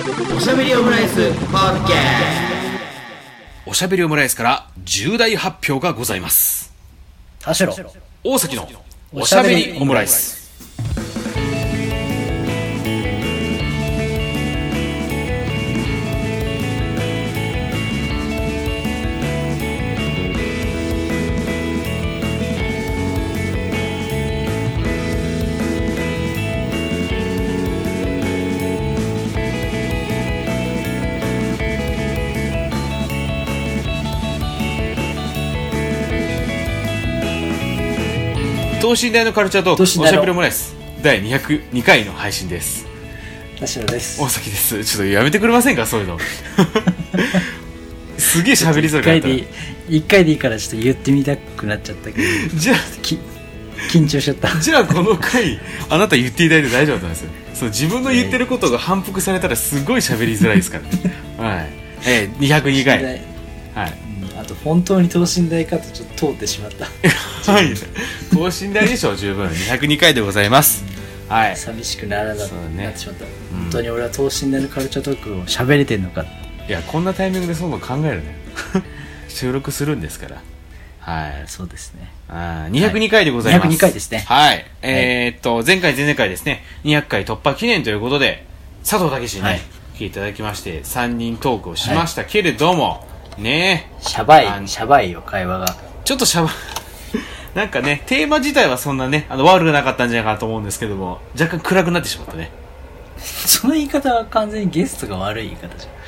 おしゃべりオムライスポッドキャスト。おしゃべりオムライスから重大発表がございます。 田代大崎のおしゃべりオムライス。等身大のカルチャートークおしゃべりオムライス第202回の配信です。 田代です。 大崎です。ちょっとやめてくれませんか、そういうのすげえ喋りづらかった 1回でいいからちょっと言ってみたくなっちゃったけどじゃあ緊張しちゃった。 じゃあこの回あなた言っていただいて大丈夫なんですよ。そう自分の言ってることが反復されたらすごい喋りづらいですからねはい、202回はい、 あと本当に等身大かとちょっと通ってしまったはい等身大でしょう十分。202回でございます、はい、 寂しくならなくなってしまった、 うん、 本当に俺は等身大のカルチャートークを喋れてんのか。 いやこんなタイミングでそんなの考えるね収録するんですから。はい、 そうですね。 202回でございます。 202回ですね。 はい、前回前々回ですね200回突破記念ということで佐藤健にね、来ていただきまして3人トークをしましたけれども、ねえシャバいよ会話がちょっとなんかねテーマ自体はそんなね悪くなかったんじゃないかなと思うんですけども若干暗くなってしまったね。 その言い方は完全にゲストが悪い言い方じゃ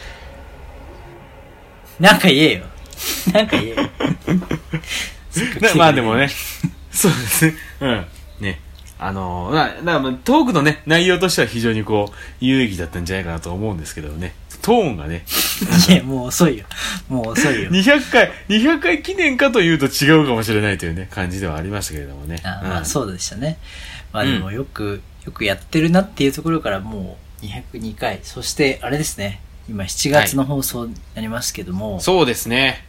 ん。なんか言えよなんか言えよまあでもねそうですねうんねだからトークのね内容としては非常にこう有意義だったんじゃないかなと思うんですけどね、トーンがねいやもう遅いよ 200回記念かというと違うかもしれないというね感じではありましたけれどもね。 まあそうでしたね。まあでもよくやってるなっていうところからもう202回、そしてあれですね、今7月の放送になりますけども、 そうですね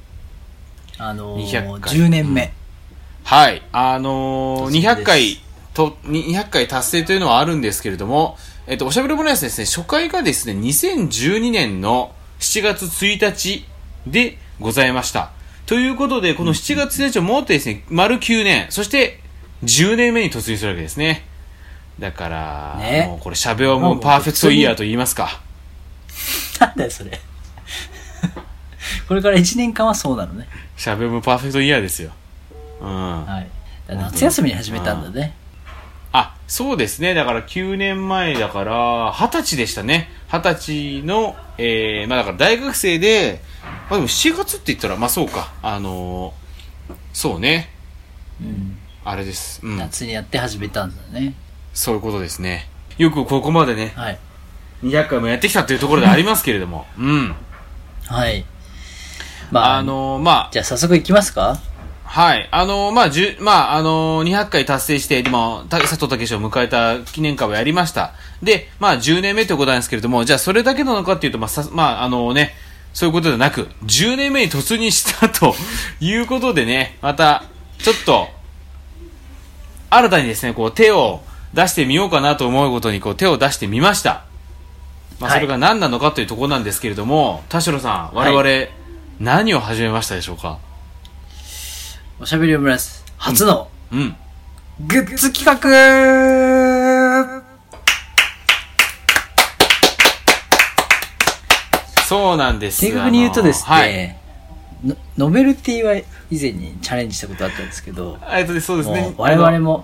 10年目、 はい、200回達成というのはあるんですけれども、おしゃべりオムライスですね、初回がですね、2012年の7月1日でございました。ということで、この7月1日をもってですね、丸9年、そして10年目に突入するわけですね。だから、ね、もうこれ、しゃべはもうパーフェクトイヤーと言いますか。 なんだよ、それ。これから1年間はそうなのね。 しゃべもパーフェクトイヤーですよ。うん。 はい。夏休みに始めたんだね。 そうですね。だから9年前だから20歳でしたね。20歳の、だから大学生で、でも7月って言ったらそうか、そうね、あれです、 夏にやって始めたんだね。 そういうことですね。よくここまでね、200回もやってきたというところでありますけれども、 はい。じゃあ早速いきますか。 はい。200回達成して、でも、佐藤健を迎えた記念会をやりました。で、10年目ということなんですけれども、じゃあそれだけなのかっていうと、そういうことではなく、10年目に突入したということでね、また、ちょっと、新たにですね、こう、手を出してみようかなと思うことに、こう、手を出してみました。それが何なのかというところなんですけれども、田代さん、我々、何を始めましたでしょうか？ おしゃべりオムライス初のグッズ企画、 そうなんです。 正確に言うとですね、ノベルティは以前にチャレンジしたことあったんですけど、 そうですね、 我々も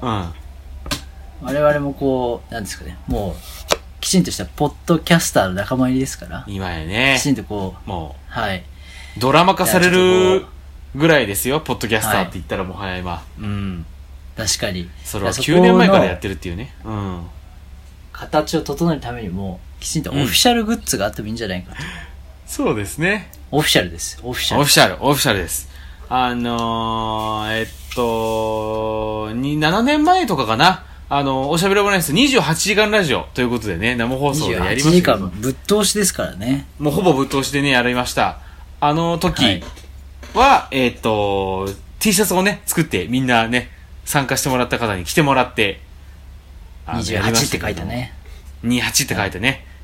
こうなんですかね、もうきちんとしたポッドキャスターの仲間入りですから、 今やね、 きちんとこうもうドラマ化されるぐらいですよ、ポッドキャスターって言ったらもはや今。 確かに。 それは9年前からやってるっていうね。 形を整えるためにも、きちんとオフィシャルグッズがあってもいいんじゃないかと。 そうですね。 オフィシャルです。オフィシャルです。7年前とかかな。おしゃべりオムライス28時間ラジオということでね、生放送でやりましたけど。 28時間ぶっ通しですからね。 もうほぼぶっ通しでね、やりました。時は、T シャツをね、作ってみんなね、参加してもらった方に来てもらって、 28って書いたね。 28って書いてね、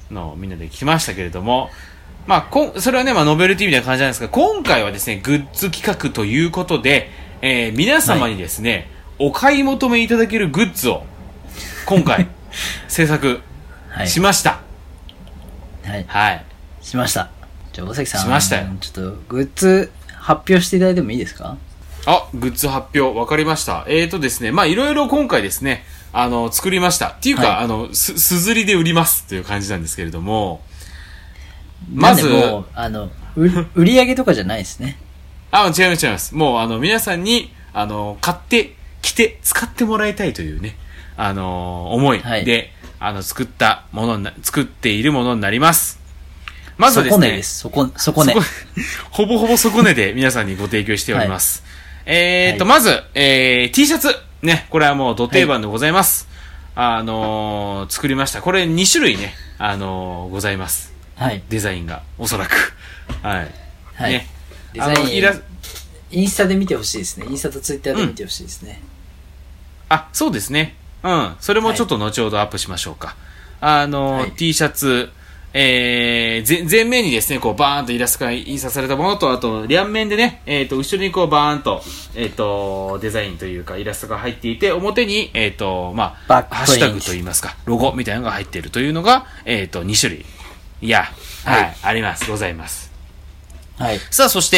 のをみんなで来ましたけれども、まあ、それはね、まあ、ノベルティみたいな感じなんですが、今回はですね、グッズ企画ということで、皆様にですね、お買い求めいただけるグッズを、今回、制作しました。 はい。 はい。 しました。じゃあ、大崎さん。 しましたよ。 ちょっと、グッズ発表していただいてもいいですか？ グッズ発表、わかりました。ですね、まあ、いろいろ今回ですね、作りました。っていうか、はい、すずりで売りますという感じなんですけれども、まず、 もう、売り上げとかじゃないですね。 違います。もう、皆さんに、買って、着て、使ってもらいたいというね、思いで、はい、作っているものになります。まずはですね。 底値です。底値。 ほぼほぼ底値で皆さんにご提供しております。はい、まず、T シャツ。ね、これはもう、ど定番でございます。はい、作りました。これ2種類ね、ございます。 はい。 デザインが、おそらく。はい。 はい。ね。デザイン、インスタで見てほしいですね。インスタとツイッターで見てほしいですね。 そうですね。うん。それもちょっと後ほどアップしましょうか。はい、T シャツ、前面にですね、こう、バーンとイラストが印刷されたものと、あと、両面でね、後ろにこう、バーンと、デザインというか、イラストが入っていて、表に、まあ、ハッシュタグといいますか、ロゴみたいなのが入っているというのが、2種類。はい、あります。ございます。 はい。 さあ、そして、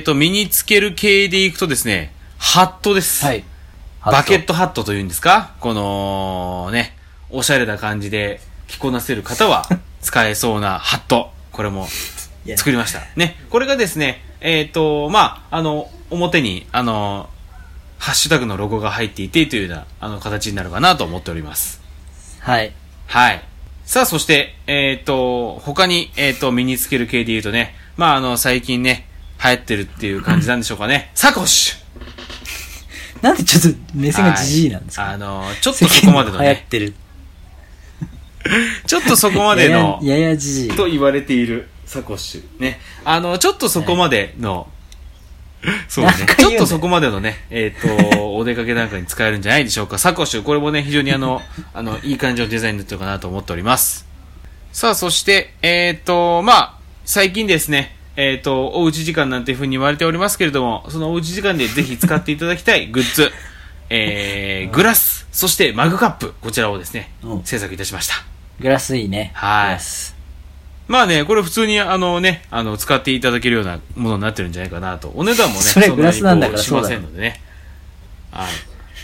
身につける系でいくとですね、ハットです。 はい。 バケットハットというんですか？この、ね、おしゃれな感じで着こなせる方は使えそうなハット。これも作りました。ね。これがですね、まあ、表に、ハッシュタグのロゴが入っていてというような、形になるかなと思っております。 はい。 はい。さあ、そして、他に、身につける系で言うとね、まあ、最近ね、流行ってるっていう感じなんでしょうかね。サコッシュ。 なんでちょっと目線がジジイなんですか？ ちょっとそこまでのね。 流行ってる。 ちょっとそこまでの、 ややジジイ。 と言われているサコッシュ。ね。ちょっとそこまでの、そうね。ちょっとそこまでのね、お出かけなんかに使えるんじゃないでしょうか。サコッシュ。これもね、非常にいい感じのデザインになってるかなと思っております。さあ、そして、まあ、最近ですね、おうち時間なんていう風に言われておりますけれども、そのおうち時間でぜひ使っていただきたいグッズ、グラス、そしてマグカップ、こちらをですね、制作いたしました。 グラスいいね。 はい。まあね、これ普通に使っていただけるようなものになってるんじゃないかなと。お値段もね、 それグラスなんだからしませんのでね。はい。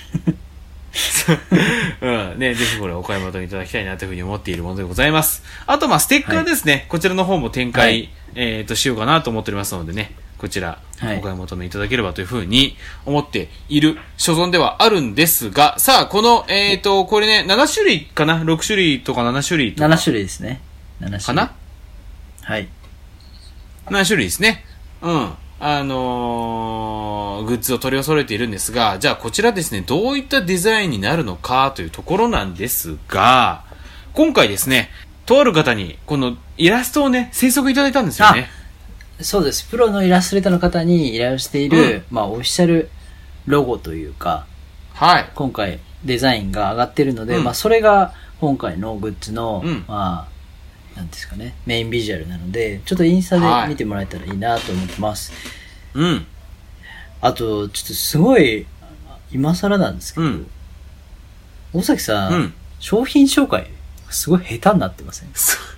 うん。ね、ぜひこれお買い求めいただきたいなというふうに思っているものでございます。あと、まあ、ステッカーですね。はい、こちらの方も展開、しようかなと思っておりますのでね。こちら、お買い求めいただければというふうに思っている所存ではあるんですが、さあ、この、これね、7種類かな ?6 種類とか7種類とか。 7種類ですね。7種類。 かなはい。 7種類ですね。うん。グッズを取り揃えているんですが、じゃあこちらですね、どういったデザインになるのかというところなんですが、今回ですね、とある方にこのイラストをね、制作いただいたんですよね。 そうです。プロのイラストレーターの方に依頼をしている、まあオフィシャルロゴというか、 はい。 今回デザインが上がっているので、まあそれが今回のグッズの、まあ、なんですかね、メインビジュアルなので、ちょっとインスタで見てもらえたらいいなと思ってます。 うん。 あと、ちょっとすごい、今更なんですけど、大崎さん、商品紹介、すごい下手になってません？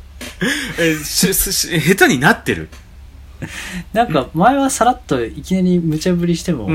下手になってる？ なんか、前はさらっといきなり無茶ぶりしても、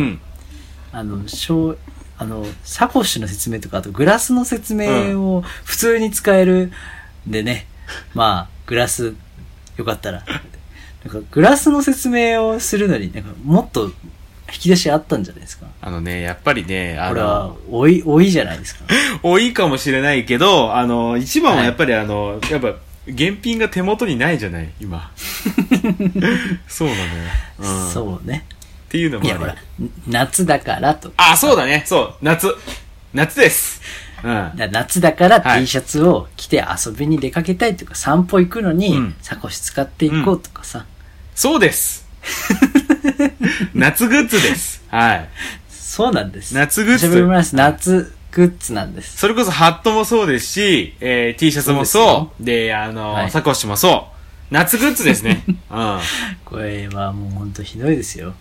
サコッシュの説明とか、あとグラスの説明を普通に使えるんでね、まあ、グラス、よかったら。なんか、グラスの説明をするのに、なんか、もっと、引き出しあったんじゃないですか。 やっぱりね、 これは、多いじゃないですか。 多いかもしれないけど、一番はやっぱりやっぱ、現品が手元にないじゃない、今。そうなのよ。 そうね。 っていうのもある。 いや、ほら、夏だからと。 あ、そうだね、そう、夏です。 夏だから T シャツを着て遊びに出かけたいとか、散歩行くのにサコッシュ使っていこうとかさ。 そうです。夏グッズです。はい。 そうなんです。 夏グッズ。 喋ります。夏グッズなんです。 それこそハットもそうですし、T シャツもそうで、 はい、 サコッシュもそう。夏グッズですね。うん。 これはもうほんとひどいですよ。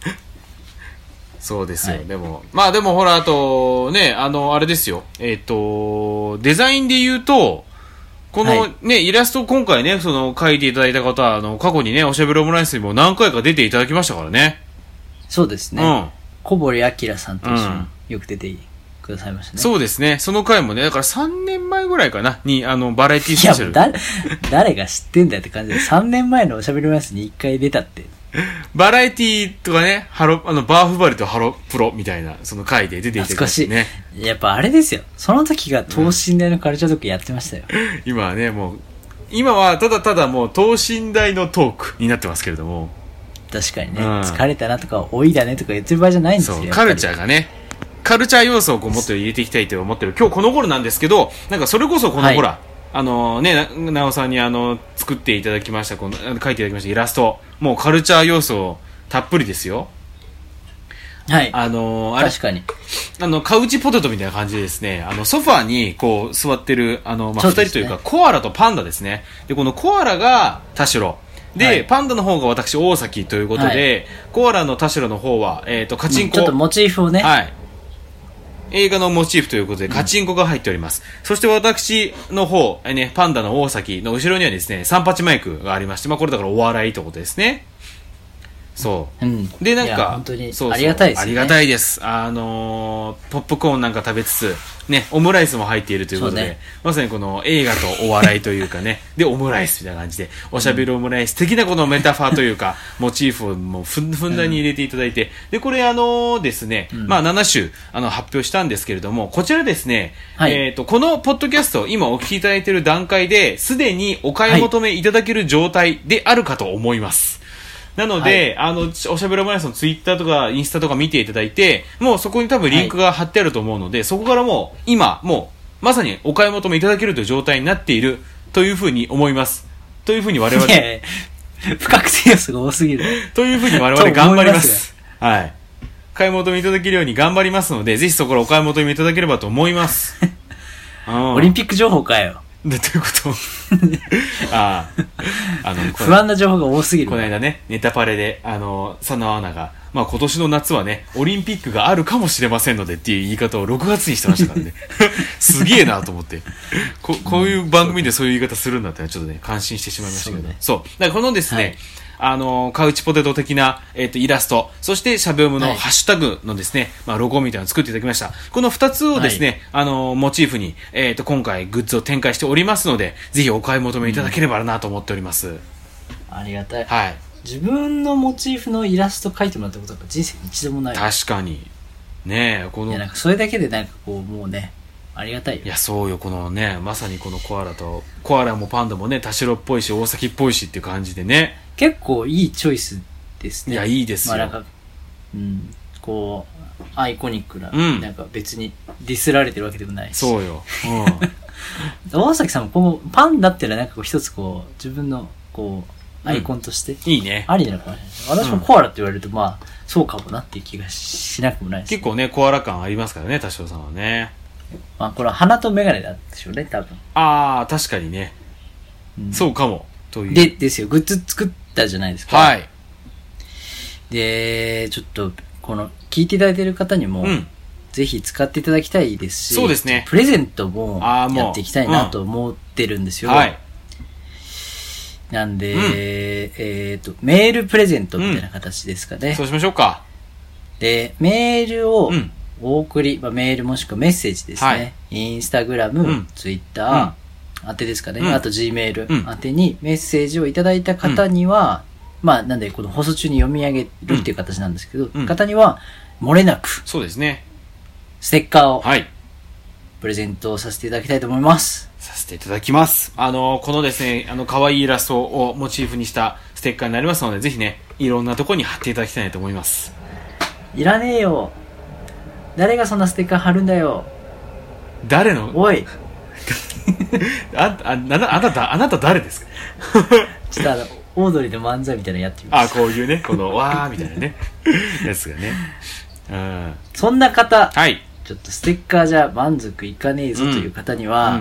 そうですよ、はい、でもほら、あとね、あれですよ、デザインで言うと、このね、はい、イラスト今回ね、描いていただいた方、過去にね、おしゃべりオムライスにも何回か出ていただきましたからね。 そうですね。うん。小堀明さんと一緒によく出てくださいましたね。 そうですね。その回もね、だから3年前ぐらいかな、に、バラエティスペシャル。 いや、誰が知ってんだよって感じで、3年前のおしゃべりオムライスに1回出たって。 バラエティとかね、バーフバリとハロプロみたいな、その回で出てきてくれてね。 やっぱあれですよ。その時が等身大のカルチャートークやってましたよ。 今はね、もう、今はただただもう等身大のトークになってますけれども。 確かにね、疲れたなとか、老いだねとか言ってる場合じゃないんですよ。 そう、カルチャーがね、カルチャー要素をこうもっと入れていきたいと思ってる。今日この頃なんですけど、なんかそれこそこの、はい、ほら、なおさんに作っていただきました、描いていただきましたイラスト。もうカルチャー要素たっぷりですよ。 はい。 確かに。 カウチポテトみたいな感じでですね、ソファーにこう座ってる、二人というか、コアラとパンダですね。で、このコアラが田代。で、はい、パンダの方が私、大崎ということで、はい、コアラの田代の方は、カチンコ。 ちょっとモチーフをね。 はい。映画のモチーフということで、カチンコが入っております。そして私の方、パンダの大崎の後ろにはですね、三八マイクがありまして、これだからお笑いということですね。そう。うん、で、なんか、 本当にありがたいですね。 ありがたいです。ポップコーンなんか食べつつ、ね、オムライスも入っているということで、ね、まさにこの映画とお笑いというかね、で、オムライスみたいな感じで、おしゃべりオムライス的なこのメタファーというか、モチーフをもうふんだんに入れていただいて、で、これですね、7種、発表したんですけれども、こちらですね、はい、このポッドキャスト、今お聞きいただいている段階で、すでにお買い求めいただける状態であるかと思います。なので、はい、おしゃべりオムライスのツイッターとかインスタとか見ていただいて、もうそこに多分リンクが貼ってあると思うので、はい、そこからもう、今、もう、まさにお買い求めいただけるという状態になっているというふうに思います。というふうに我々、 不確定要素が多すぎる。 というふうに我々頑張ります。はい。買い求めいただけるように頑張りますので、ぜひそこからお買い求めいただければと思います。 オリンピック情報かよ。 で、どういうこと不安な情報が多すぎる。 この間ね、ネタパレで、佐野アナが、今年の夏はね、オリンピックがあるかもしれませんのでっていう言い方を6月にしてましたからね。すげえなと思って。こういう番組でそういう言い方するんだってちょっとね、感心してしまいましたけど。そう。だからこのですね、はいカウチポテト的な、イラスト、そしてシャベオムのハッシュタグのですね、ロゴみたいなのを作っていただきました。この2つをですね、はい、モチーフに、今回グッズを展開しておりますので、ぜひお買い求めいただければなと思っております。 ありがたい。 はい。 自分のモチーフのイラスト描いてもらったことが人生に一度もない。 確かに。ねえ、 いや、なんかそれだけでなんかこう、もうね、ありがたいよ。 いや、そうよ、このね、まさにこのコアラもパンダもね、田代っぽいし、大崎っぽいしっていう感じでね。 結構いいチョイスですね。 いや、いいですよ。 なんか、こう、アイコニックな、なんか別にディスられてるわけでもないし。 そうよ。 大崎さんもこのパンダっていうのはなんかこう一つこう、自分のこう、アイコンとして、 いいね。 ありなのかもしれない。私もコアラって言われると、まあ、そうかもなっていう気がしなくもないです、ね。 結構ね、コアラ感ありますからね、田代さんはね。 これは鼻とメガネなんでしょうね、多分。 ああ、確かにね。そうかも。という。 ですよ、グッズ作ったじゃないですか。 はい。 で、ちょっと、聞いていただいている方にも、ぜひ使っていただきたいですし、 そうですね。 プレゼントもやっていきたいなと思ってるんですよ。はい。なんで、メールプレゼントみたいな形ですかね。 そうしましょうか。 で、メールを、お送り、メールもしくはメッセージですね。はい、インスタグラム、ツイッター、宛てですかね。あと Gmail 宛てにメッセージをいただいた方には、なんでこの放送中に読み上げるっていう形なんですけど、方には漏れなく、 そうですね。 ステッカーを、プレゼントをさせていただきたいと思います。 させていただきます。このですね、可愛いイラストをモチーフにしたステッカーになりますので、ぜひね、いろんなところに貼っていただきたいと思います。 いらねえよ。誰がそんなステッカー貼るんだよ。 誰の？ おい。 あなた誰ですか？ ちょっとオードリーで漫才みたいなのやってみます。 こういうね、このわーみたいなね、やつがね。 そんな方、 はい。 ちちょっとステッカーじゃ満足いかねえぞという方には、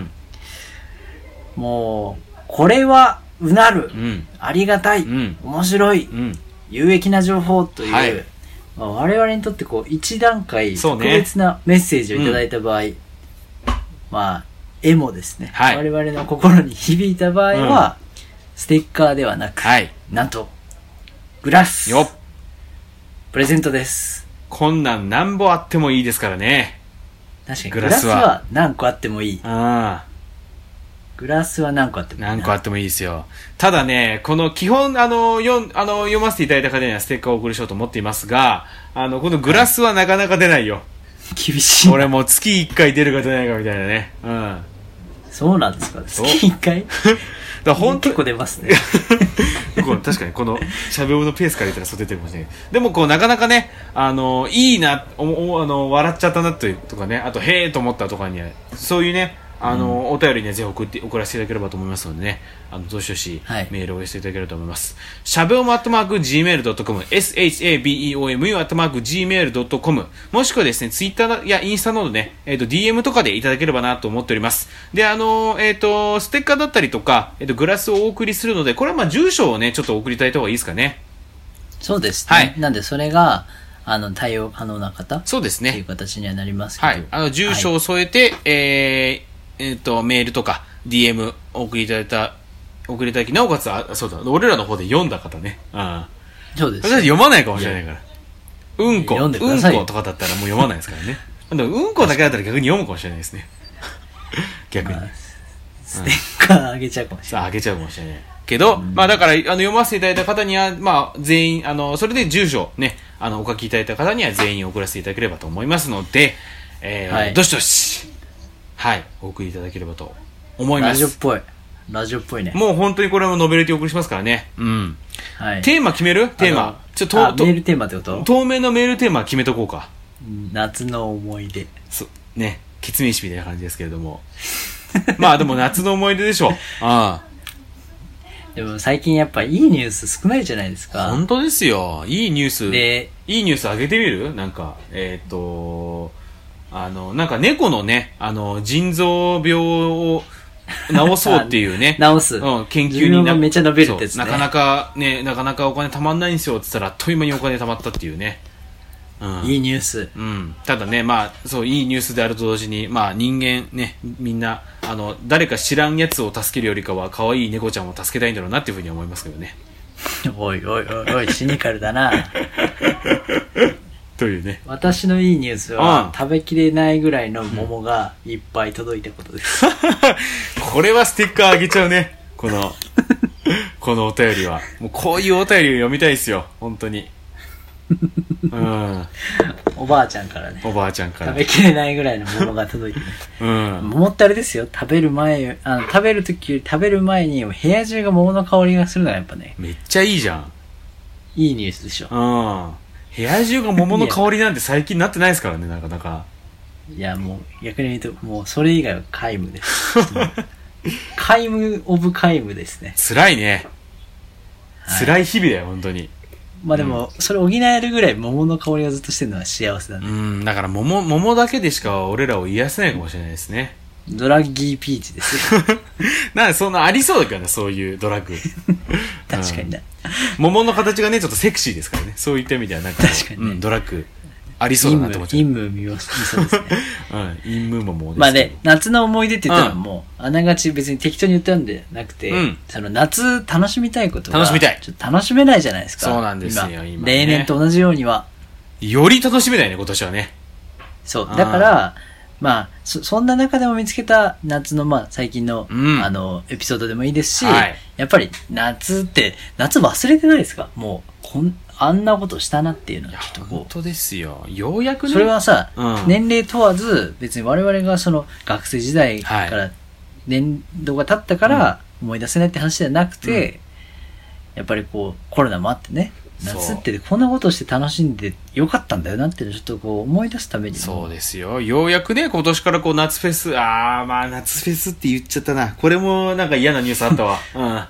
もう、これはうなる、ありがたい、面白い、有益な情報という、 はいまあ、我々にとってこう一段階特別なメッセージをいただいた場合、まあ絵もですね、 はい、 我々の心に響いた場合は、ステッカーではなく、なんとグラスプレゼントです。 こんなん何本あってもいいですからね。 確かにグラスは何個あってもいい。グラスは何個あってもいい。 何個あってもいいですよ。ただね、この基本読ませていただいた方にはステッカーをお送りしようと思っていますが、このグラスはなかなか出ないよ。 厳しい。 俺もう月1回出るか出ないかみたいなね。 そうなんですか。月1回だ本当結構出ますね。 確かにこのしゃべおのペースから言ったらそう出てるかもしれない。でもこうなかなかね、いいな、笑っちゃったなとかね、あとへーと思ったとかにはそういうね、お便りねぜひ送らせていただければと思いますのでね、どしどしメールを寄せていただければと思います。しゃべおも@gmail.com shabeomu@gmail.com もしくはですねツイッターやインスタなどね、DM とかでいただければなと思っております。でステッカーだったりとか、グラスをお送りするので、これはまあ住所をねちょっと送りたいた方がいいですかね。 そうですね、はい、なんでそれが対応可能な方、 そうですね、 っていう形にはなりますけど、 はい、住所を添えて、メールとか DM 送りいただいた、なおかつそうだ、俺らの方で読んだ方ね。 そうです。 私読まないかもしれないから。うんことかだったらもう読まないですからね。うんこだけだったら逆に読むかもしれないですね。逆に。 ステッカーあげちゃうかもしれない。 あげちゃうかもしれない。けど、まあだから読ませていただいた方には、まあ全員、それで住所ね、お書きいただいた方には全員送らせていただければと思いますので、どしどし、はい、お送りいただければと思います。 ラジオっぽいね。 もう本当にこれもノベルティお送りしますからね。はい。テーマ決める？テーマ。 メールテーマってこと？ 当面のメールテーマ決めとこうか。 夏の思い出。 ね。ケツメイシみたいな感じですけれども。まあでも夏の思い出でしょ。 でも最近やっぱいいニュース少ないじゃないですか。 本当ですよ。いいニュース上げてみる？なんか、なんか猫のね、腎臓病を治そうっていうね。 治す。 研究にめっちゃ伸びるってやつね。 なかなかお金貯まんないんですよって言ったら、あっという間にお金貯まったっていうね。 いいニュース。 ただね、まあ、そう、いいニュースであると同時に、まあ、人間ね、みんな、誰か知らんやつを助けるよりかは、可愛い猫ちゃんを助けたいんだろうなっていうふうに思いますけどね。 おい、シニカルだな。 というね。 私のいいニュースは、食べきれないぐらいの桃がいっぱい届いたことです。 これはステッカーあげちゃうね。このお便りは。もうこういうお便りを読みたいですよ。本当に。 おばあちゃんからね。食べきれないぐらいの桃が届いてね。桃ってあれですよ。食べる時より食べる前に部屋中が桃の香りがするのがやっぱね。 めっちゃいいじゃん。 いいニュースでしょ。 部屋中が桃の香りなんて最近なってないですからね、なかなか。 いや、もう逆に言うと、もうそれ以外は皆無です。皆無オブ皆無ですね。 辛いね。辛い日々だよ、本当に。 まあでも、それ補えるぐらい桃の香りがずっとしてるのは幸せだね。 だから桃だけでしか俺らを癒せないかもしれないですね。 ドラッギーピーチですよ。 なんかそんなありそうだけどね、そういうドラッグ。 確かにね。 桃の形がね、ちょっとセクシーですからね。そういった意味ではなんか、 確かにね、 ドラッグありそうだなと思っちゃう。 陰夢見そうですね。 陰夢ももうです。 まあね、夏の思い出って言ったらもう、あながち別に適当に言ったんでなくて、その夏楽しみたいことが、ちょっと楽しめないじゃないですか。 そうなんですよ、 今。例年と同じようには。 より楽しめないね、今年はね。 そう。だから、まあ、そんな中でも見つけた夏の、まあ、最近の、エピソードでもいいですし、やっぱり夏忘れてないですか？もう、あんなことしたなっていうのはちょっとこう。 本当ですよ。ようやくね。 それはさ、年齢問わず、別に我々がその学生時代から年度が経ったから思い出せないって話じゃなくて、やっぱりこう、コロナもあってね、夏ってこんなことして楽しんでよかったんだよなってちょっとこう思い出すためにも。 そうですよ。ようやくね、今年からこう夏フェス、まあ夏フェスって言っちゃったな。これもなんか嫌なニュースあったわ。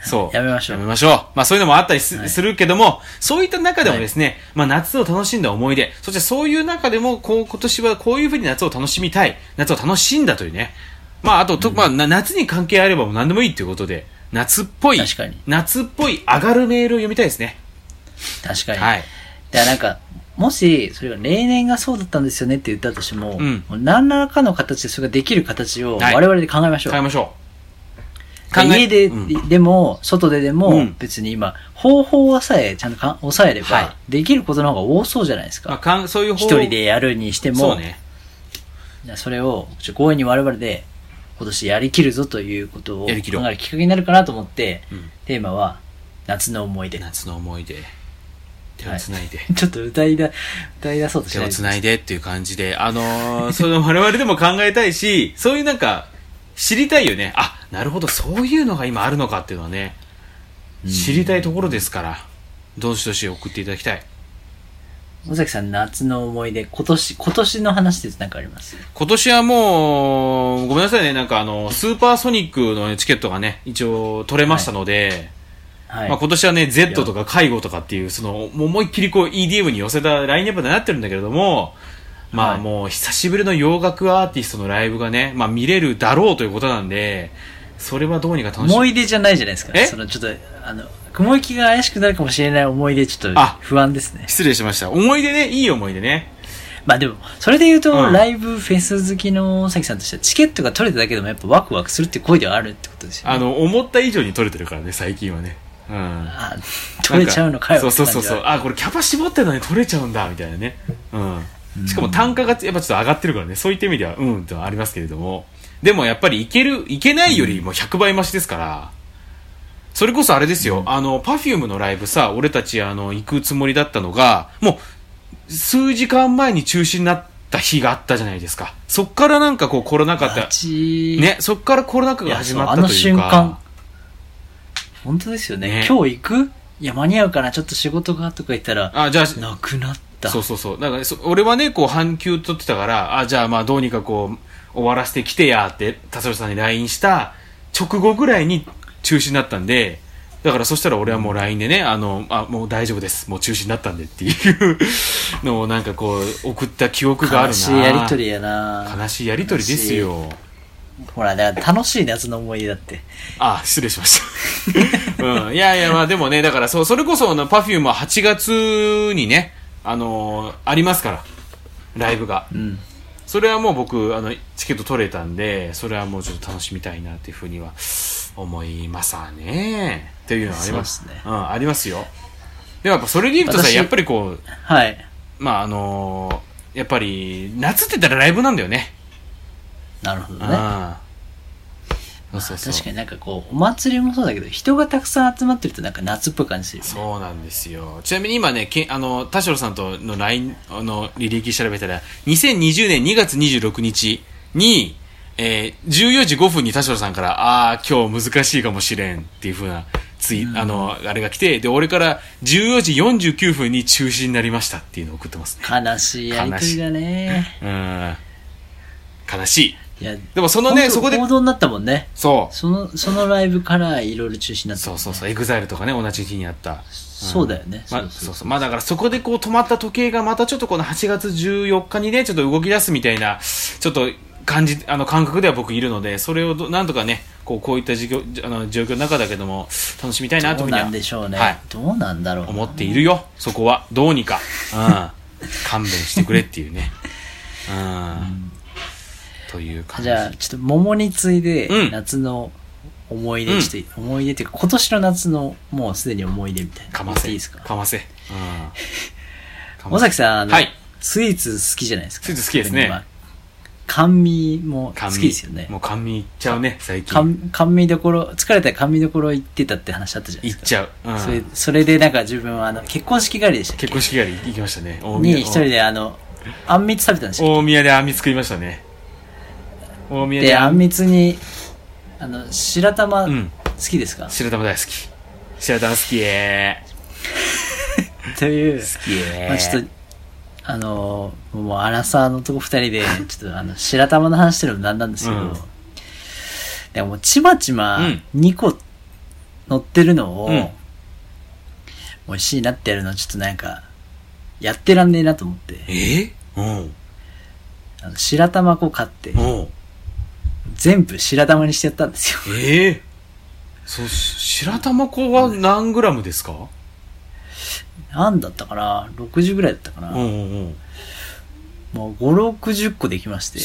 そう。 やめましょう。 まあそういうのもあったりするけども、そういった中でもですね、まあ夏を楽しんだ思い出、そしてそういう中でも、今年はこういうふうに夏を楽しみたい、夏を楽しんだというね。まああと、まあ夏に関係あればもう何でもいいということで、夏っぽい上がるメールを読みたいですね。 確かに。はい。だからなんか、もし、それが例年がそうだったんですよねって言ったとしても、もう何らかの形でそれができる形を我々で考えましょう。 考えましょう。家で、でも、外ででも、別に今、方法さえちゃんと抑えれば、できることの方が多そうじゃないですか。 まあ、そういう一人でやるにしても、そうね。それを、強引に我々で、今年やりきるぞということを考えるきっかけになるかなと思って、テーマは、夏の思い出。 夏の思い出。手をつないで、 ちょっと歌い出そうとしない手をつないでっていう感じで、その我々でも考えたいし、そういうなんか、知りたいよね。あ、なるほど、そういうのが今あるのかっていうのはね、知りたいところですから、どしどし送っていただきたい。 尾崎さん、夏の思い出、今年の話って何かあります？ 今年はもう、ごめんなさいね、なんかスーパーソニックのチケットがね、一応取れましたので、はい、まあ今年はね、Z とか介護とかっていう、その、思いっきりこう EDM に寄せたラインナップになってるんだけれども、まあもう久しぶりの洋楽アーティストのライブがね、まあ見れるだろうということなんで、それはどうにか楽しみ。 思い出じゃないじゃないですか。そのちょっと、雲行きが怪しくなるかもしれない思い出、ちょっと不安ですね。 失礼しました。思い出ね、いい思い出ね。 まあでも、それで言うと、ライブフェス好きの尾崎さんとしては、チケットが取れただけでもやっぱワクワクするっていう声ではあるってことですよね。 思った以上に取れてるからね、最近はね。 取れちゃうのかよ。 そう。これキャパ絞ってるのに取れちゃうんだ、みたいなね。しかも単価がやっぱちょっと上がってるからね、そういった意味では、ってのはありますけれども。でもやっぱりいけないよりも100倍増しですから、それこそあれですよ、Perfume のライブさ、俺たち行くつもりだったのが、もう、数時間前に中止になった日があったじゃないですか。そっからなんかこうコロナ禍って、ね、そっからコロナ禍が始まったというか。 瞬間。本当ですよね。今日行く？いや、間に合うかな、ちょっと仕事がとか言ったら、 じゃあ、 なくなった。 そう。だから、俺はね、こう、半休取ってたから、じゃあまあどうにかこう、終わらせてきてやって、田代さんに LINE した直後ぐらいに中止になったんで、だからそしたら俺はもう LINE でね、もう大丈夫です。もう中止になったんでっていうのをなんかこう、送った記憶があるな。 悲しいやりとりやな。 悲しいやりとりですよ。 ほら、だから楽しい夏の思い出だって。 失礼しました。いや、まあでもね、だからそれこそPerfumeは8月にね、ありますから、ライブが。それはもう僕、チケット取れたんで、それはもうちょっと楽しみたいなっていうふうには思いますね。っていうのはあります。そうですね。ありますよ。でもやっぱそれで言うとさ、やっぱりこう、 はい。 まあやっぱり、夏って言ったらライブなんだよね。 なるほどね。そう確かになんかこうお祭りもそうだけど人がたくさん集まってるとなんか夏っぽい感じするよね。 そうなんですよ。ちなみに今ね田代さんとの LINE 履歴調べたら2020年2月26日に、14時5分に田代さんから今日難しいかもしれんっていう風なあれが来て、で俺から14時49分に中止になりましたっていうのを送ってますね。 悲しいやりとりだね。 悲しい。 いやでもそのね、そこで報道になったもんね。 そのライブからいろいろ中止になった、ね。 そうエグザイルとかね、同じ日にあった。 そうだよね。 そうまあだからそこでこう止まった時計がまたちょっとこの8月14日にね、ちょっと動き出すみたいなちょっと感覚では僕いるので、それをなんとかね、こういった状況の中だけども楽しみたいなというふうにはどうなんでしょうね。はい、どうなんだろう。 思っているよ。そこはどうにか、勘弁してくれっていうね。という感じ。 じゃあちょっと桃に次いで夏の思い出、ちょっと思い出っていうか今年の夏のもうすでに思い出みたいな。 かませ。 いいですか。 かませ。 尾崎さんはい、 スイーツ好きじゃないですか。 スイーツ好きですね。 甘味も好きですよね。 もう甘味いっちゃうね最近。 甘味どころ疲れたら甘味どころ行ってたって話あったじゃないですか。 行っちゃう。 それでなんか自分は結婚式帰りでしたっけ。 結婚式帰り行きましたね。 に一人であんみつ食べたんですよ。 大宮であんみつ食いましたね。大宮であんみつに白玉好きですか。 白玉大好き。白玉好きという好きまあちょっともうアラサーの男2人でちょっと白玉の話してるのもなんなんですけど、でもちまちま2個乗ってるのを、 うん美味しいなってやるのはちょっとなんか、やってらんねえなと思って、白玉粉買って、全部白玉にしてやったんですよ。 そう、白玉粉は何グラムですか？ 何だったかな ?60 ぐらいだったかな、もう5、60個できまして。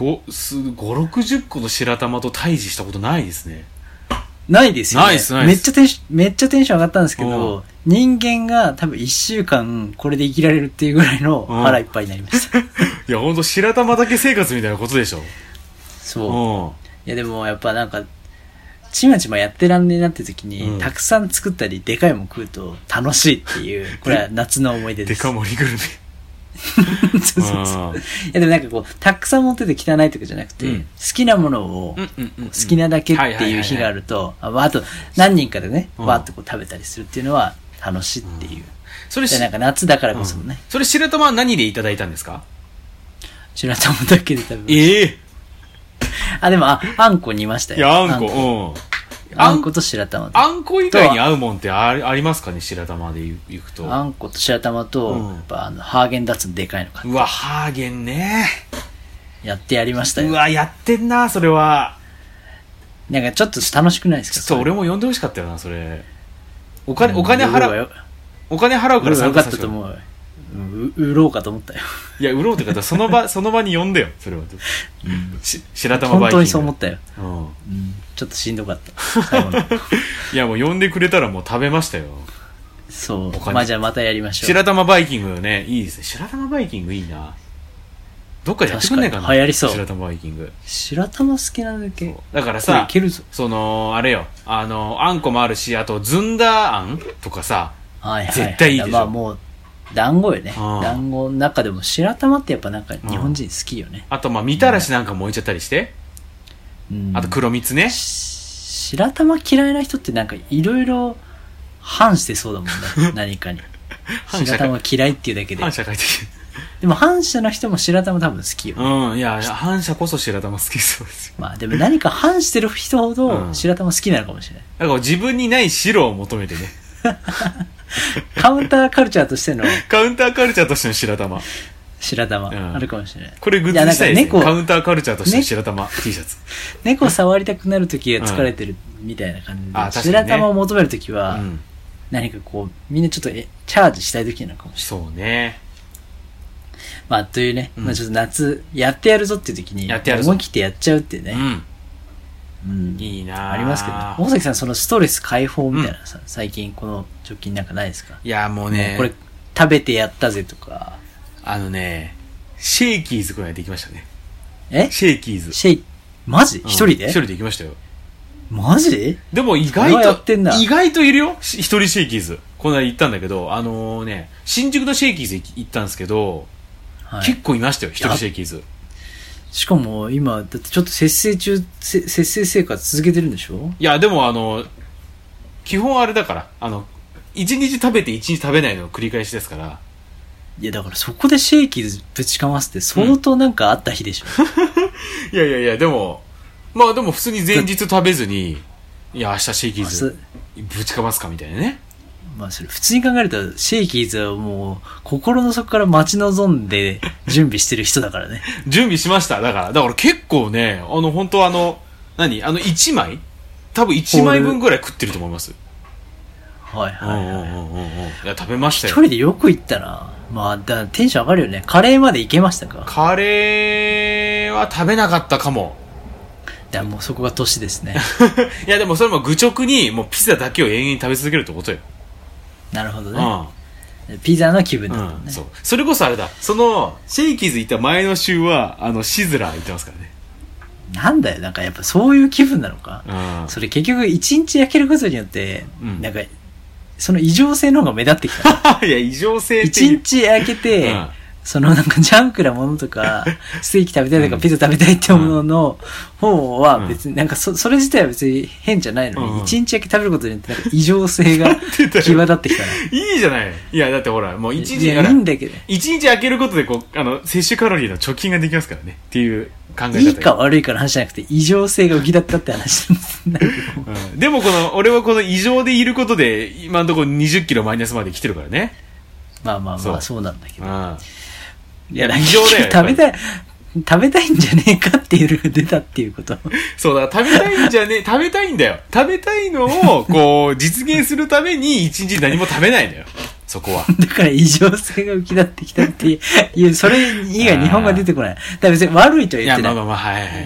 5、60個の白玉と対峙したことないですね。 ないですよね。 ないです。 めっちゃテンション上がったんですけど、人間が多分1週間これで生きられるっていうぐらいの腹いっぱいになりました。 いや、ほんと白玉だけ生活みたいなことでしょ。 そう。いやでもやっぱなんか、ちまちまやってらんねえなって時に、たくさん作ったりでかいもん食うと楽しいっていう、これは夏の思い出です。 でか盛りグルメ。 そうそうそう。いやでもなんかこう、たくさん持ってて汚いとかじゃなくて、好きなものを好きなだけっていう日があると、あと何人かでね、わーっとこう食べたりするっていうのは楽しいっていう。 それなんか夏だからこそね。 それ白玉は何でいただいたんですか？ 白玉だけで食べました。でもあんこ煮ましたよ。 いや、あんこ、 あんこと白玉あんこ以外に合うもんってありますかね？白玉でいくと。 あんこと白玉と、やっぱハーゲンダッツのでかいのか。 うわ、ハーゲンね。 やってやりましたよ。 うわ、やってんな、それは。 なんかちょっと楽しくないですか？ ちょっと俺も呼んでほしかったよな、それ。お金払うから参加させて。 よかったと思う。売ろうかと思ったよ。 いや、売ろうって方、その場に呼んでよ、それは。白玉バイキング。 本当にそう思ったよ。ちょっとしんどかった。最後の。 いや、もう呼んでくれたらもう食べましたよ。 そう。まあじゃあまたやりましょう。 白玉バイキングね、いいですね。白玉バイキングいいな。どっかでやってくんねえかな。 流行りそう。 白玉バイキング。 白玉好きなだけ。 だからさ、 いけるぞ。 あれよ、あんこもあるし、あと、ずんだあんとかさ、絶対いいでしょ。 まあもう、団子よね。団子の中でも白玉ってやっぱなんか日本人好きよね。 あと、まあ、みたらしなんかも置いちゃったりして。あと、黒蜜ね。 白玉嫌いな人ってなんかいろいろ反してそうだもんね。何かに。白玉嫌いっていうだけで。 反社会的。 でも反社の人も白玉多分好きよ。 いや、反社こそ白玉好きそうですよ。 まあでも何か反してる人ほど白玉好きなのかもしれない。 だから自分にない白を求めてね。 カウンターカルチャーとしての。 カウンターカルチャーとしての白玉。 白玉、あるかもしれない。 これグッズしたいですね。カウンターカルチャーとしての白玉 T シャツ。 猫触りたくなるときが疲れてるみたいな感じで、白玉を求めるときは、何かこう、みんなちょっとチャージしたいときなのかもしれない。 そうね。 まあ、というね、まあちょっと夏、やってやるぞっていうときに、思い切ってやっちゃうっていうね。 いいなありますけど、大崎さんそのストレス解放みたいなさ、最近この直近なんかないですか？ いや、もうね。 これ、食べてやったぜとか。 シェイキーズこの間できましたね。シェイキーズ。 マジ？一人で？ 一人で行きましたよ。 マジ？ でも意外といるよ。一人シェイキーズ。この間行ったんだけど、新宿のシェイキーズ行ったんですけど、結構いましたよ、一人シェイキーズ。 しかも今、だってちょっと節制生活続けてるんでしょ？ いや、でも基本あれだから、一日食べて一日食べないの繰り返しですから。 いや、だからそこでシェイキーズぶちかますって相当なんかあった日でしょ。 いや、でも、まあでも普通に前日食べずに、いや、明日シェイキーズぶちかますかみたいなね。 まあそれ普通に考えると、シェイキーズはもう心の底から待ち望んで準備してる人だからね。 準備しました。だから結構ね、本当1枚多分1枚分ぐらい食ってると思います。 はい。 いや、食べましたよ。 一人でよく行ったな。まあ、テンション上がるよね。カレーまで行けましたか？ カレーは食べなかったかも。 もうそこが年ですね。 いや、でもそれも愚直に、もうピザだけを永遠に食べ続けるってことよ。 なるほどね。ピザの気分だもんね。 そう。それこそあれだ。シェイキーズ行った前の週は、シズラー行ってますからね。 なんだよ、なんかやっぱそういう気分なのか。それ結局一日焼けることによって、なんか、その異常性の方が目立ってきた。 いや、異常性って一日焼けて、 そのなんかジャンクなものとか、ステーキ食べたいとかピザ食べたいってものの方は別になんかそれ自体は別に変じゃないのに、一日だけ食べることによってなんか異常性が際立ってきたら。 いいじゃない。いや、だってほら、もう一日、 いやいいんだけど。 一日空けることでこう、摂取カロリーの貯金ができますからね。っていう考え方。 いいか悪いかの話じゃなくて、異常性が浮き立ったって話なんです。 でも俺はこの異常でいることで、今のところ20キロマイナスまで来てるからね。 まあまあまあ、そうなんだけど。 いや、異常だよ。 食べたいんじゃねえかっていうのが出たっていうこと。 そうだ、食べたいんじゃねえ、食べたいんだよ。食べたいのを、こう、実現するために一日何も食べないのよ。そこは。 だから異常性が浮き立ってきたっていう、それ以外日本が出てこない。だから別に悪いとは言ってない。 いや、まあ、はいはいはい。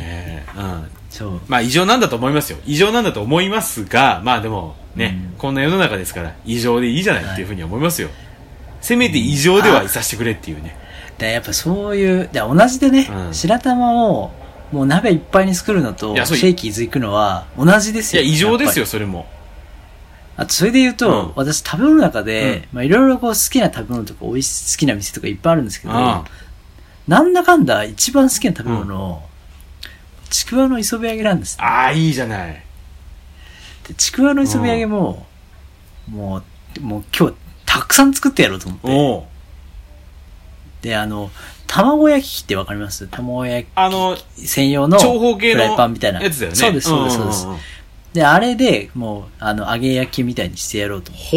そう。 まあ異常なんだと思いますよ。異常なんだと思いますが、まあでもね、こんな世の中ですから、異常でいいじゃないっていうふうに思いますよ。せめて異常ではいさせてくれっていうね。 やっぱそういう、同じでね、白玉をもう鍋いっぱいに作るのと、シェイキーズ行くのは同じですよ。 いや、異常ですよ、それも。 あと、それで言うと、私食べ物の中で、まあいろいろこう好きな食べ物とか好きな店とかいっぱいあるんですけど、なんだかんだ一番好きな食べ物、ちくわの磯辺揚げなんです、ね。 ああ、いいじゃない。 で、ちくわの磯辺揚げも、もう今日たくさん作ってやろうと思って。で、卵焼きってわかります？卵焼き専用の長方形のフライパンみたいな。 やつだよね。 そうです、そうです、そうです。で、あれで、もう、揚げ焼きみたいにしてやろうと思って。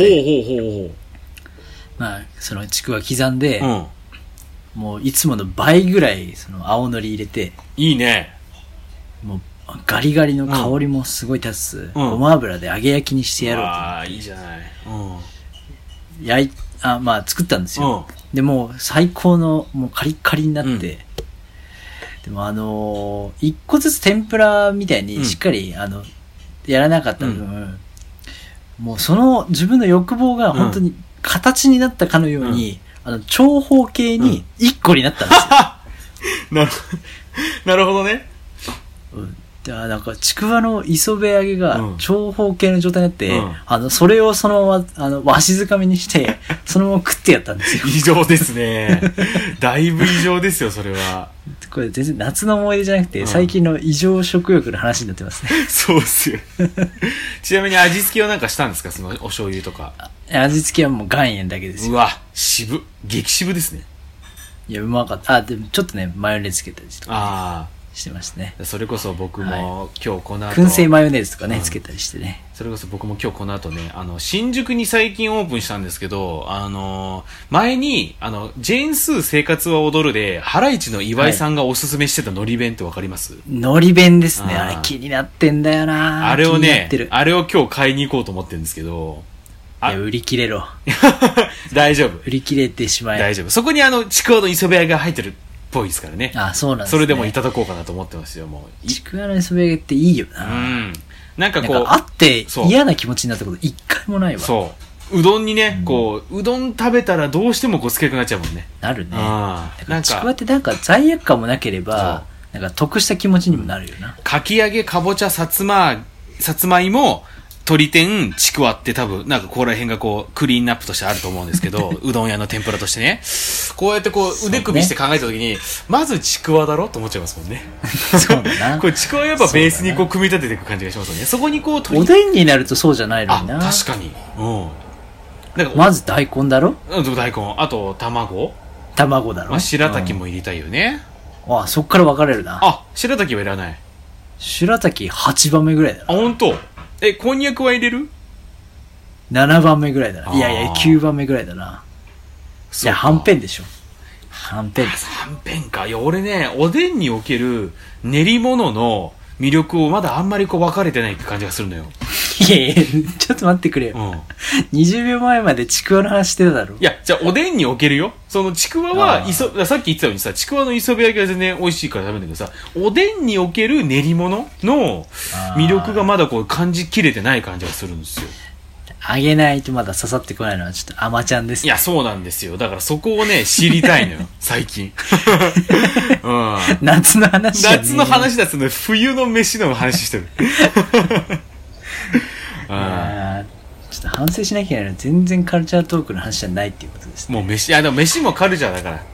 まあ、そのちくわ刻んで、もういつもの倍ぐらい、青のり入れて。 いいね。 もう、ガリガリの香りもすごい立つ、ごま油で揚げ焼きにしてやろうと思って。 ああ、いいじゃない。 まあ、作ったんですよ。で、もう最高の、もうカリッカリになって、でも一個ずつ天ぷらみたいにしっかり、やらなかった分、もうその自分の欲望が本当に形になったかのように、長方形に一個になったんですよ。 なるほどね。 なんか、ちくわの磯辺揚げが長方形の状態になって、それをそのまま、わしづかみにして、そのまま食ってやったんですよ。 異常ですね。だいぶ異常ですよ、それは。 これ全然夏の思い出じゃなくて、最近の異常食欲の話になってますね。 そうっすよ。ちなみに味付けはなんかしたんですか？そのお醤油とか。 味付けはもう岩塩だけですよ。 うわ、激渋ですね。 いや、うまかった。でもちょっとね、マヨネーズつけたりして。してますね。 それこそ僕も今日この後、 燻製マヨネーズとかね、つけたりしてね。 それこそ僕も今日この後ね、新宿に最近オープンしたんですけど、前に、ジェーンスー生活は踊るで、ハライチの岩井さんがおすすめしてた海苔弁ってわかります？ 海苔弁ですね。あれ気になってんだよな。 あれをね、あれを今日買いに行こうと思ってるんですけど、 いや、売り切れろ。 大丈夫。 売り切れてしまえ。 大丈夫。そこにちくわの磯辺揚げが入ってるっぽいですからね。 そうなんですね。 それでもいただこうかなと思ってますよ、もう。 ちくわの磯辺揚げっていいよな。 なんかこう。 あって嫌な気持ちになったこと一回もないわ。 そう。うどんにね、うどん食べたらどうしてもつけたくなっちゃうもんね。 なるね。ちくわってなんか罪悪感もなければ、なんか得した気持ちにもなるよな。 かき揚げ、かぼちゃ、さつまいも、鶏天、ちくわって多分、なんかここら辺がクリーンナップとしてあると思うんですけど、うどん屋の天ぷらとしてね。こうやって腕首して考えたときに、まずちくわだろと思っちゃいますもんね。 そうだな。 これちくわやっぱベースに組み立てていく感じがしますよね。そこにおでんになるとそうじゃないのにな。 確かに。 なんかまず大根だろ？ 大根。あと、卵だろ。 白滝も入れたいよね。 そっから分かれるな。 白滝はいらない。 白滝8番目ぐらいだな。 本当？こんにゃくは入れる？ 7 番目ぐらいだな。いやいや、9番目ぐらいだな。いや、はんぺんでしょ。はんぺんです。 はんぺんか。いや、俺ね、おでんにおける練り物の魅力をまだあんまり分かれてないって感じがするのよ。 いやいや、ちょっと待ってくれよ。20秒前までちくわの話してただろ。 いや、じゃあおでんにおけるよ。そのちくわは、さっき言ってたようにさ、ちくわの磯辺焼きは全然美味しいから食べるんだけどさ、おでんにおける練り物の魅力がまだ感じきれてない感じがするんですよ。 あげないとまだ刺さってこないのはちょっと甘ちゃんですね。 いや、そうなんですよ。だからそこをね、知りたいのよ、最近。 夏の話だね。 夏の話だっつうの、冬の飯の話してる。 ちょっと反省しなきゃいけないのは全然カルチャートークの話じゃないっていうことですね。 もうでも飯もカルチャーだから。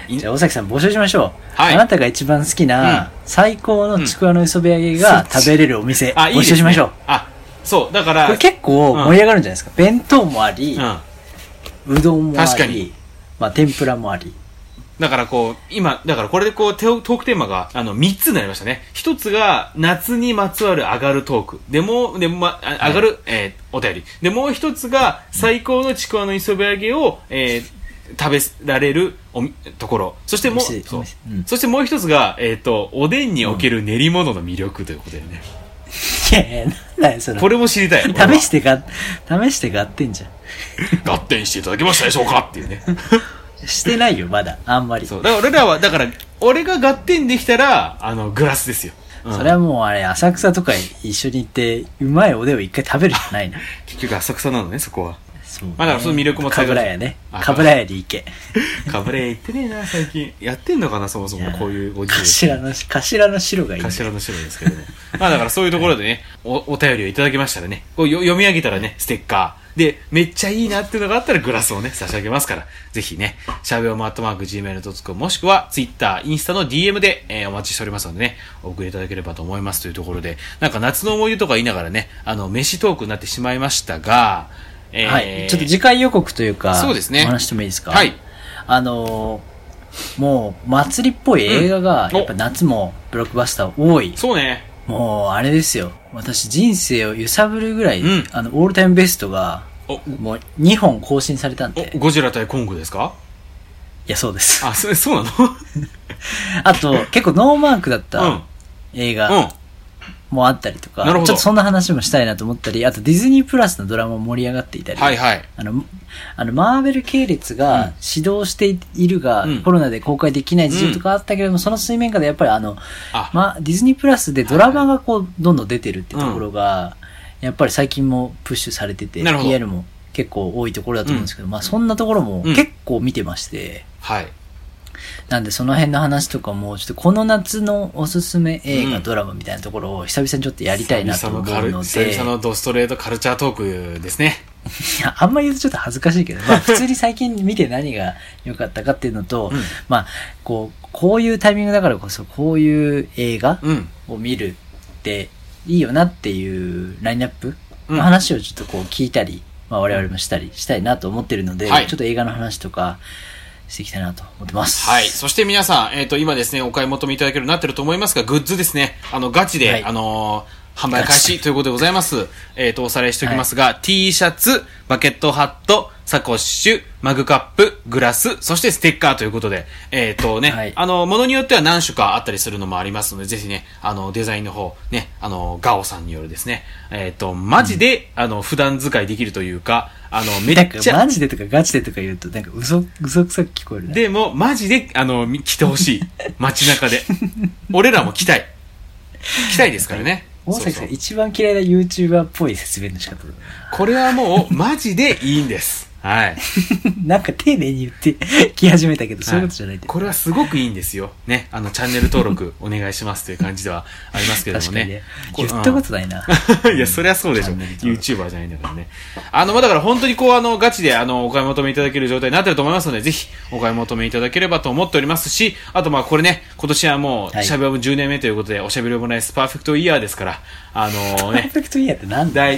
じゃあ大崎さん募集しましょう。 はいあなたが一番好きな最高のちくわの磯辺揚げが食べれるお店、募集しましょう。 あ、そう、だから、 これ結構盛り上がるんじゃないですか。弁当もあり、うどんもあり確かに、 まあ天ぷらもあり。 だからこう、今、だからこれでこう、トークテーマが、3つになりましたね。一つが、夏にまつわる上がるトーク。で、上がる、お便り。で、もう一つが、最高のちくわの磯辺揚げを、食べられるところ。そしてもう、そしてもう一つが、おでんにおける練り物の魅力ということでね。 いやいや、なんだよ、それ。 これも知りたい。 試して合ってんじゃん。 合点していただけましたでしょうかっていうね。 してないよ、まだ。あんまり。 そう。だから俺が合点できたら、グラスですよ。 それはもうあれ、浅草とか一緒に行って、うまいおでんを一回食べるしかないな。 結局浅草なのね、そこは。 そう、ね。 まあだからその魅力もかぶら屋ね。かぶら屋に行け。 かぶら屋行ってねえな、最近。やってんのかな、そもそもこういうご時世。 頭の白がいい。 頭の白ですけども。まあだからそういうところでね、お便りをいただきましたらね、こう読み上げたらね、ステッカー。で、めっちゃいいなっていうのがあったらグラスをね、差し上げますから、ぜひね、しゃべおま@gmail.com もしくは Twitter、インスタの DM で、お待ちしておりますのでね、お送りいただければと思いますというところで、なんか夏の思い出とか言いながらね、飯トークになってしまいましたが、 はい。ちょっと次回予告というか、 そうですね。 お話してもいいですか？ はい。 もう、祭りっぽい映画が、やっぱ夏もブロックバスター多い。 そうね。 もう、あれですよ。私、人生を揺さぶるぐらい、オールタイムベストが、もう2本更新されたんで。 ゴジラ対コングですか？ いや、そうです。 あ、そうなの？ あと、結構ノーマークだった映画もあったりとか、ちょっとそんな話もしたいなと思ったり、あとディズニープラスのドラマも盛り上がっていたり、 はいはい。 マーベル系列が指導しているが、コロナで公開できない事情とかあったけれども、その水面下でやっぱりディズニープラスでドラマがこう、どんどん出てるってところが、やっぱり最近もプッシュされてて、PR も結構多いところだと思うんですけど、まあそんなところも結構見てまして、 はい。 なんでその辺の話とかも、ちょっとこの夏のおすすめ映画、ドラマみたいなところを久々にちょっとやりたいなと思うので。 久々のドストレートカルチャートークですね。 いや、あんまり言うとちょっと恥ずかしいけど、まあ普通に最近見て何が良かったかっていうのと、まあ、こういうタイミングだからこそ、こういう映画を見るっていいよなっていうラインナップの話をちょっとこう聞いたり、まあ我々もしたいなと思ってるので、ちょっと映画の話とか、していきたいなと思ってます。 はい。そして皆さん、今ですね、お買い求めいただけるようになってると思いますが、グッズですね。ガチで、販売開始ということでございます。おさらいしておきますが、T シャツ、バケットハット、サコッシュ、マグカップ、グラス、そしてステッカーということで、ものによっては何種かあったりするのもありますので、ぜひね、デザインの方、ね、ガオさんによるですね、マジで、普段使いできるというか、めっちゃ。 マジでとかガチでとか言うと、なんか嘘くさく聞こえるね。 でも、マジで、来てほしい。街中で。俺らも来たい。来たいですからね。 大崎さん一番嫌いな YouTuber っぽい説明の仕方だ。 これはもう、マジでいいんです。はい。 なんか丁寧に言ってき始めたけど、そういうことじゃないって。 これはすごくいいんですよ。ね。チャンネル登録お願いしますという感じではありますけどもね。 言ったことないな。 いや、そりゃそうでしょ。YouTuber じゃないんだからね。だから本当にガチでお買い求めいただける状態になってると思いますので、ぜひお買い求めいただければと思っておりますし、あとこれね、今年はもう、しゃべおむ10年目ということで、おしゃべりオムライスパーフェクトイヤーですから、 パーフェクトイヤーってなんだ第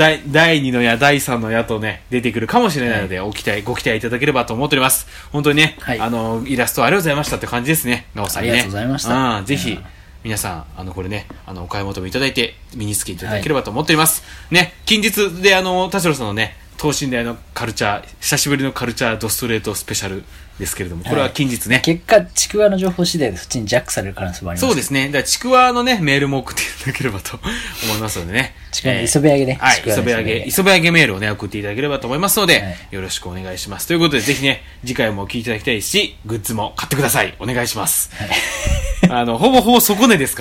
2の矢、第3の矢とね、出てくるかもしれないので、ご期待いただければと思っております。本当にね、イラストありがとうございましたって感じですね、ガオさんね。 ありがとうございました。 ぜひ、皆さん、これね、お買い求めいただいて、身につけていただければと思っております。ね、近日で、田代さんのね、等身大のカルチャー、久しぶりのカルチャードストレートスペシャルですけれども、これは近日ね。 結果、ちくわの情報次第でそっちにジャックされる可能性もあります。 そうですね。だからちくわのね、メールも送っていただければと思いますのでね。 ちくわの磯辺揚げね。 はい、磯辺揚げメールをね、送っていただければと思いますので、よろしくお願いします。ということで、ぜひね、次回も聞いていただきたいし、グッズも買ってください。お願いします。ほぼ底値ですから、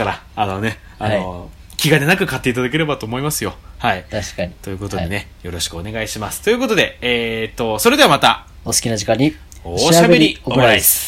気兼ねなく買っていただければと思いますよ。はい。 確かに。 ということでね、よろしくお願いします。ということで、それではまた、 お好きな時間に、 おしゃべりオムライス。